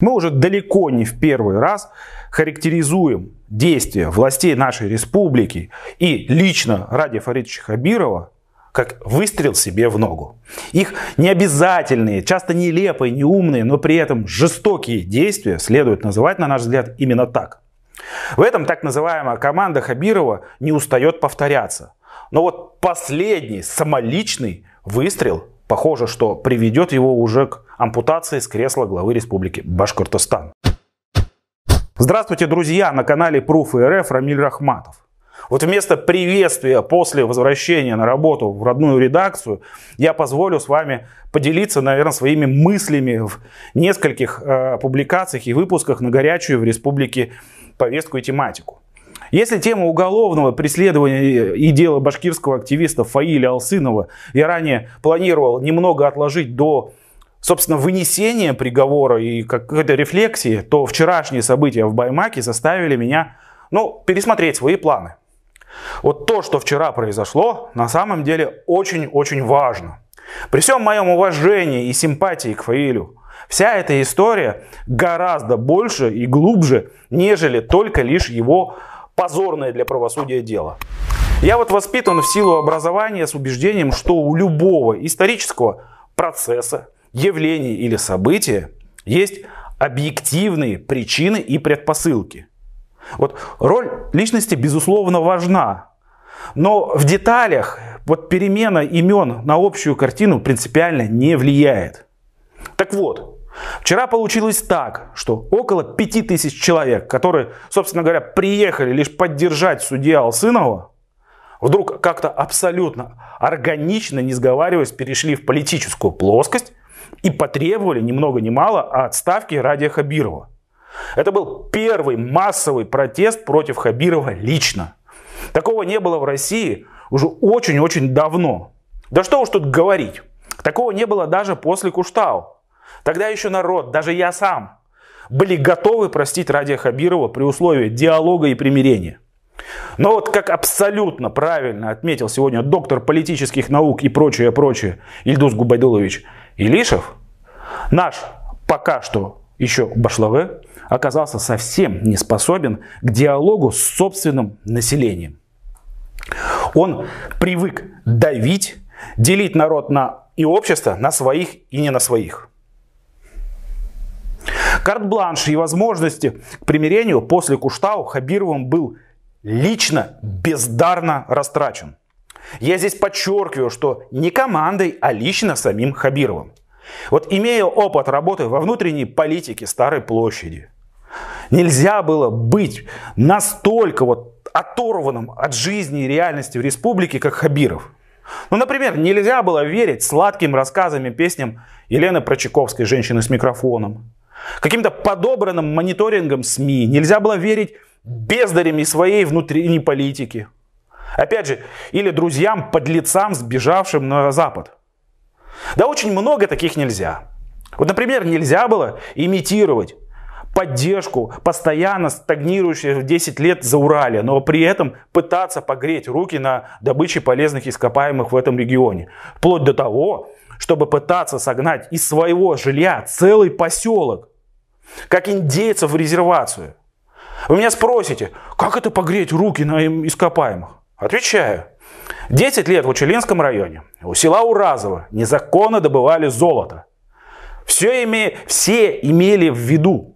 Мы уже далеко не в первый раз характеризуем действия властей нашей республики и лично Радия Фаритовича Хабирова как выстрел себе в ногу. Их необязательные, часто нелепые, неумные, но при этом жестокие действия следует называть, на наш взгляд, именно так. В этом так называемая команда Хабирова не устает повторяться. Но вот последний самоличный выстрел, похоже, что приведет его уже к ампутации с кресла главы Республики Башкортостан. Здравствуйте, друзья! На канале Proof.РФ Рамиль Рахматов. Вот вместо приветствия после возвращения на работу в родную редакцию я позволю с вами поделиться, наверное, своими мыслями в нескольких публикациях и выпусках на горячую в республике повестку и тематику. Если тему уголовного преследования и дела башкирского активиста Фаиля Алсынова я ранее планировал немного отложить до, собственно, вынесения приговора и какой-то рефлексии, то вчерашние события в Баймаке заставили меня, пересмотреть свои планы. Вот то, что вчера произошло, на самом деле очень-очень важно. При всем моем уважении и симпатии к Фаилю, вся эта история гораздо больше и глубже, нежели только лишь его позорное для правосудия дело. Я вот воспитан в силу образования с убеждением, что у любого исторического процесса, явления или события есть объективные причины и предпосылки. Вот роль личности, безусловно, важна, но в деталях перемена имен на общую картину принципиально не влияет. Так вот, вчера получилось так, что около 5000 человек, которые, собственно говоря, приехали лишь поддержать судью Алсынова, вдруг как-то абсолютно органично, не сговариваясь, перешли в политическую плоскость и потребовали ни много ни мало отставки Радия Хабирова. Это был первый массовый протест против Хабирова лично. Такого не было в России уже очень-очень давно. Да что уж тут говорить. Такого не было даже после Куштау. Тогда еще народ, даже я сам, были готовы простить Радия Хабирова при условии диалога и примирения. Но вот как абсолютно правильно отметил сегодня доктор политических наук и прочее Ильдус Губайдулович Илишев, наш пока что еще Башлаве оказался совсем не способен к диалогу с собственным населением. Он привык давить, делить народ и общество на своих и не на своих. Карт-бланш и возможности к примирению после Куштау Хабировым был лично бездарно растрачен. Я здесь подчеркиваю, что не командой, а лично самим Хабировым. Вот имея опыт работы во внутренней политике Старой площади, нельзя было быть настолько оторванным от жизни и реальности в республике, как Хабиров. Например, нельзя было верить сладким рассказам и песням Елены Прочаковской «Женщины с микрофоном», каким-то подобранным мониторингом СМИ. Нельзя было верить бездарям и своей внутренней политики. Опять же, или друзьям-подлецам, сбежавшим на Запад. Да очень много таких нельзя. Например, нельзя было имитировать поддержку постоянно стагнирующей в 10 лет Зауралья, но при этом пытаться погреть руки на добыче полезных ископаемых в этом регионе. Вплоть до того, чтобы пытаться согнать из своего жилья целый поселок, как индейцев в резервацию. Вы меня спросите, как это погреть руки на ископаемых? Отвечаю. 10 лет в Учелинском районе у села Уразово незаконно добывали золото. Все имели в виду.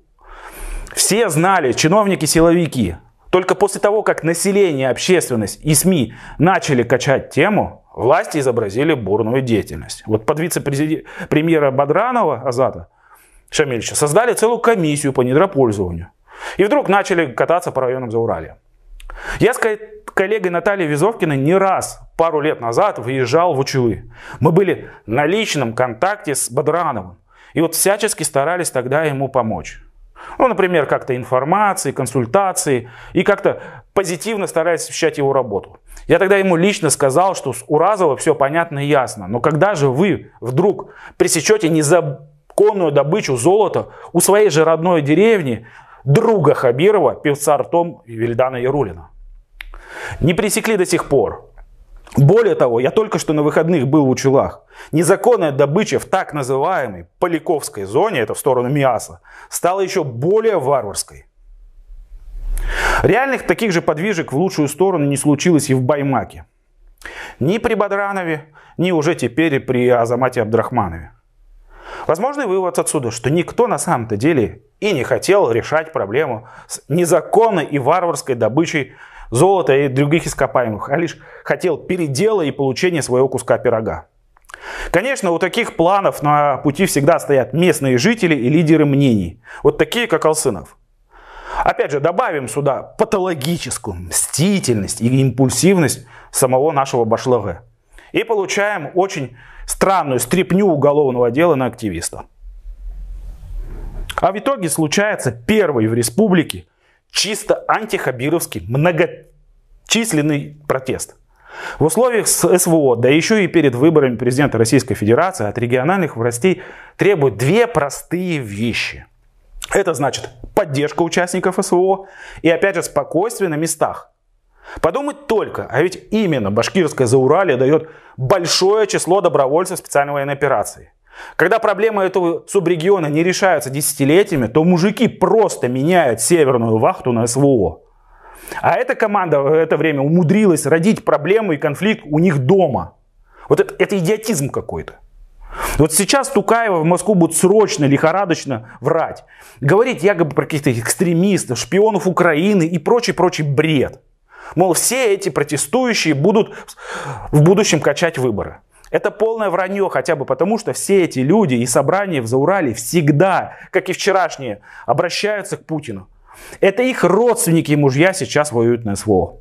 Все знали, чиновники-силовики. Только после того, как население, общественность и СМИ начали качать тему, власти изобразили бурную деятельность. Под вице-премьера Бадранова Азата Шамильевича создали целую комиссию по недропользованию. И вдруг начали кататься по районам Зауралья. Я с коллегой Натальей Визовкиной не раз, пару лет назад, выезжал в Учелы. Мы были на личном контакте с Бадрановым. И всячески старались тогда ему помочь. Например, как-то информацией, консультацией. И как-то позитивно старались освещать его работу. Я тогда ему лично сказал, что с Уразова все понятно и ясно. Но когда же вы вдруг пресечете незаконную добычу золота у своей же родной деревни, друга Хабирова, певца Артом и Вильдана Ярулина? Не пресекли до сих пор. Более того, я только что на выходных был в Учелах. Незаконная добыча в так называемой Поляковской зоне, это в сторону Миаса, стала еще более варварской. Реальных таких же подвижек в лучшую сторону не случилось и в Баймаке. Ни при Бодранове, ни уже теперь при Азамате Абдрахманове. Возможный вывод отсюда, что никто на самом-то деле и не хотел решать проблему с незаконной и варварской добычей золота и других ископаемых, а лишь хотел передела и получения своего куска пирога. Конечно, у таких планов на пути всегда стоят местные жители и лидеры мнений, вот такие как Алсынов. Опять же, добавим сюда патологическую мстительность и импульсивность самого нашего Башлаге. И получаем очень странную стряпню уголовного дела на активиста. А в итоге случается первый в республике чисто антихабировский многочисленный протест. В условиях СВО, да еще и перед выборами президента Российской Федерации, от региональных властей требуют две простые вещи. Это значит поддержка участников СВО и опять же спокойствие на местах. Подумать только, а ведь именно Башкирское Зауралье дает большое число добровольцев специальной военной операции. Когда проблемы этого субрегиона не решаются десятилетиями, то мужики просто меняют северную вахту на СВО. А эта команда в это время умудрилась родить проблему и конфликт у них дома. Вот это идиотизм какой-то. Вот сейчас Тукаева в Москву будут срочно, лихорадочно врать. Говорить якобы про каких-то экстремистов, шпионов Украины и прочий бред. Мол, все эти протестующие будут в будущем качать выборы. Это полное вранье, хотя бы потому, что все эти люди и собрания в Зауралье всегда, как и вчерашние, обращаются к Путину. Это их родственники и мужья сейчас воюют на СВО.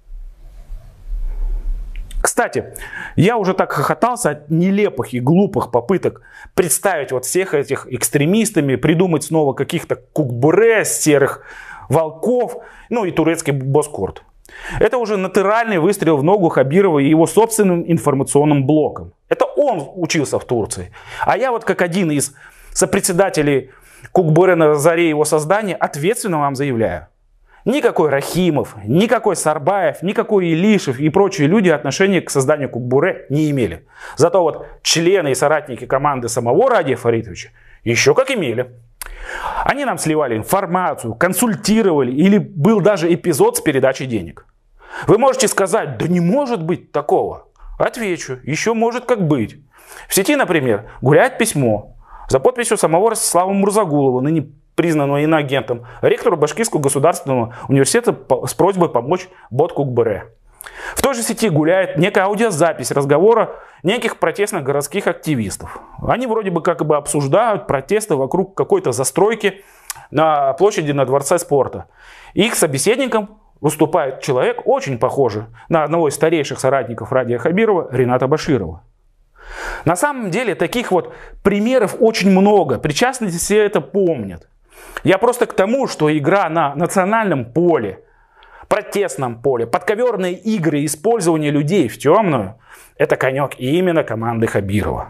Кстати, я уже так хохотался от нелепых и глупых попыток представить вот всех этих экстремистами, придумать снова каких-то Кукбуре, серых волков, ну и турецкий Боскорт. Это уже натуральный выстрел в ногу Хабирова и его собственным информационным блоком. Это он учился в Турции. А я вот как один из сопредседателей Кукбуре на заре его создания ответственно вам заявляю. Никакой Рахимов, никакой Сарбаев, никакой Илишев и прочие люди отношения к созданию Кукбуре не имели. Зато вот члены и соратники команды самого Радия Фаритовича еще как имели. Они нам сливали информацию, консультировали, или был даже эпизод с передачей денег. Вы можете сказать, да не может быть такого. Отвечу, еще может как быть. В сети, например, гуляет письмо за подписью самого Ростислава Мурзагулова, ныне признанного иноагентом, ректору Башкирского государственного университета с просьбой помочь бот Кукбуре. В той же сети гуляет некая аудиозапись разговора неких протестных городских активистов. Они вроде бы как бы обсуждают протесты вокруг какой-то застройки на площади на Дворце спорта. Их собеседником выступает человек, очень похожий на одного из старейших соратников Радия Хабирова, Рената Баширова. На самом деле таких вот примеров очень много, причастные все это помнят. Я просто к тому, что игра на национальном поле, протестном поле, подковерные игры и использование людей в темную – это конек именно команды Хабирова.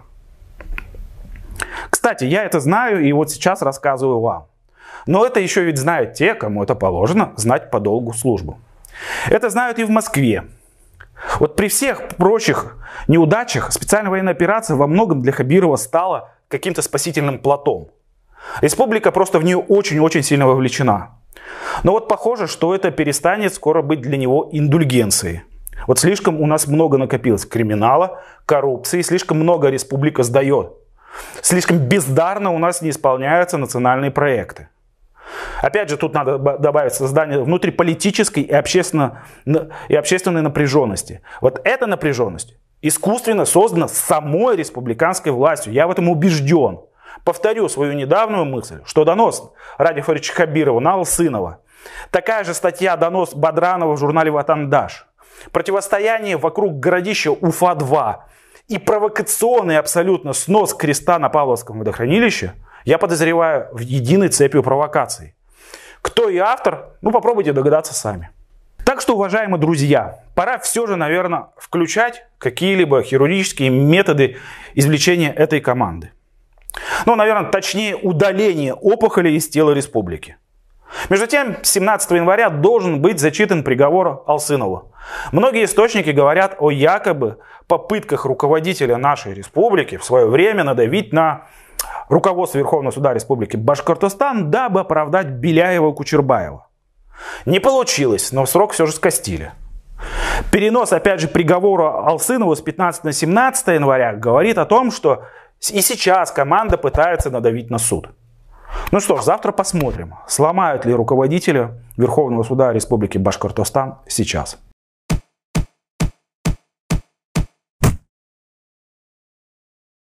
Кстати, я это знаю и вот сейчас рассказываю вам. Но это еще ведь знают те, кому это положено знать по долгу службы. Это знают и в Москве. Вот при всех прочих неудачах специальная военная операция во многом для Хабирова стала каким-то спасительным плотом. Республика просто в нее очень-очень сильно вовлечена. Но вот похоже, что это перестанет скоро быть для него индульгенцией. Вот слишком у нас много накопилось криминала, коррупции, слишком много республика сдает. Слишком бездарно у нас не исполняются национальные проекты. Опять же, тут надо добавить создание внутриполитической и общественной напряженности. Вот эта напряженность искусственно создана самой республиканской властью. Я в этом убежден. Повторю свою недавнюю мысль, что донос Радия Фаритовича Хабирова на Алсынова, такая же статья донос Бодранова в журнале «Ватандаш», противостояние вокруг городища Уфа-2 и провокационный абсолютно снос креста на Павловском водохранилище я подозреваю в единой цепью провокаций. Кто и автор, попробуйте догадаться сами. Так что, уважаемые друзья, пора все же, наверное, включать какие-либо хирургические методы извлечения этой команды. Наверное, точнее удаление опухоли из тела республики. Между тем, 17 января должен быть зачитан приговор Алсынову. Многие источники говорят о якобы попытках руководителя нашей республики в свое время надавить на руководство Верховного суда Республики Башкортостан, дабы оправдать Беляева и Кучербаева. Не получилось, но срок все же скостили. Перенос, опять же, приговора Алсынову с 15 на 17 января говорит о том, что и сейчас команда пытается надавить на суд. Ну что ж, завтра посмотрим, сломают ли руководителя Верховного суда Республики Башкортостан сейчас.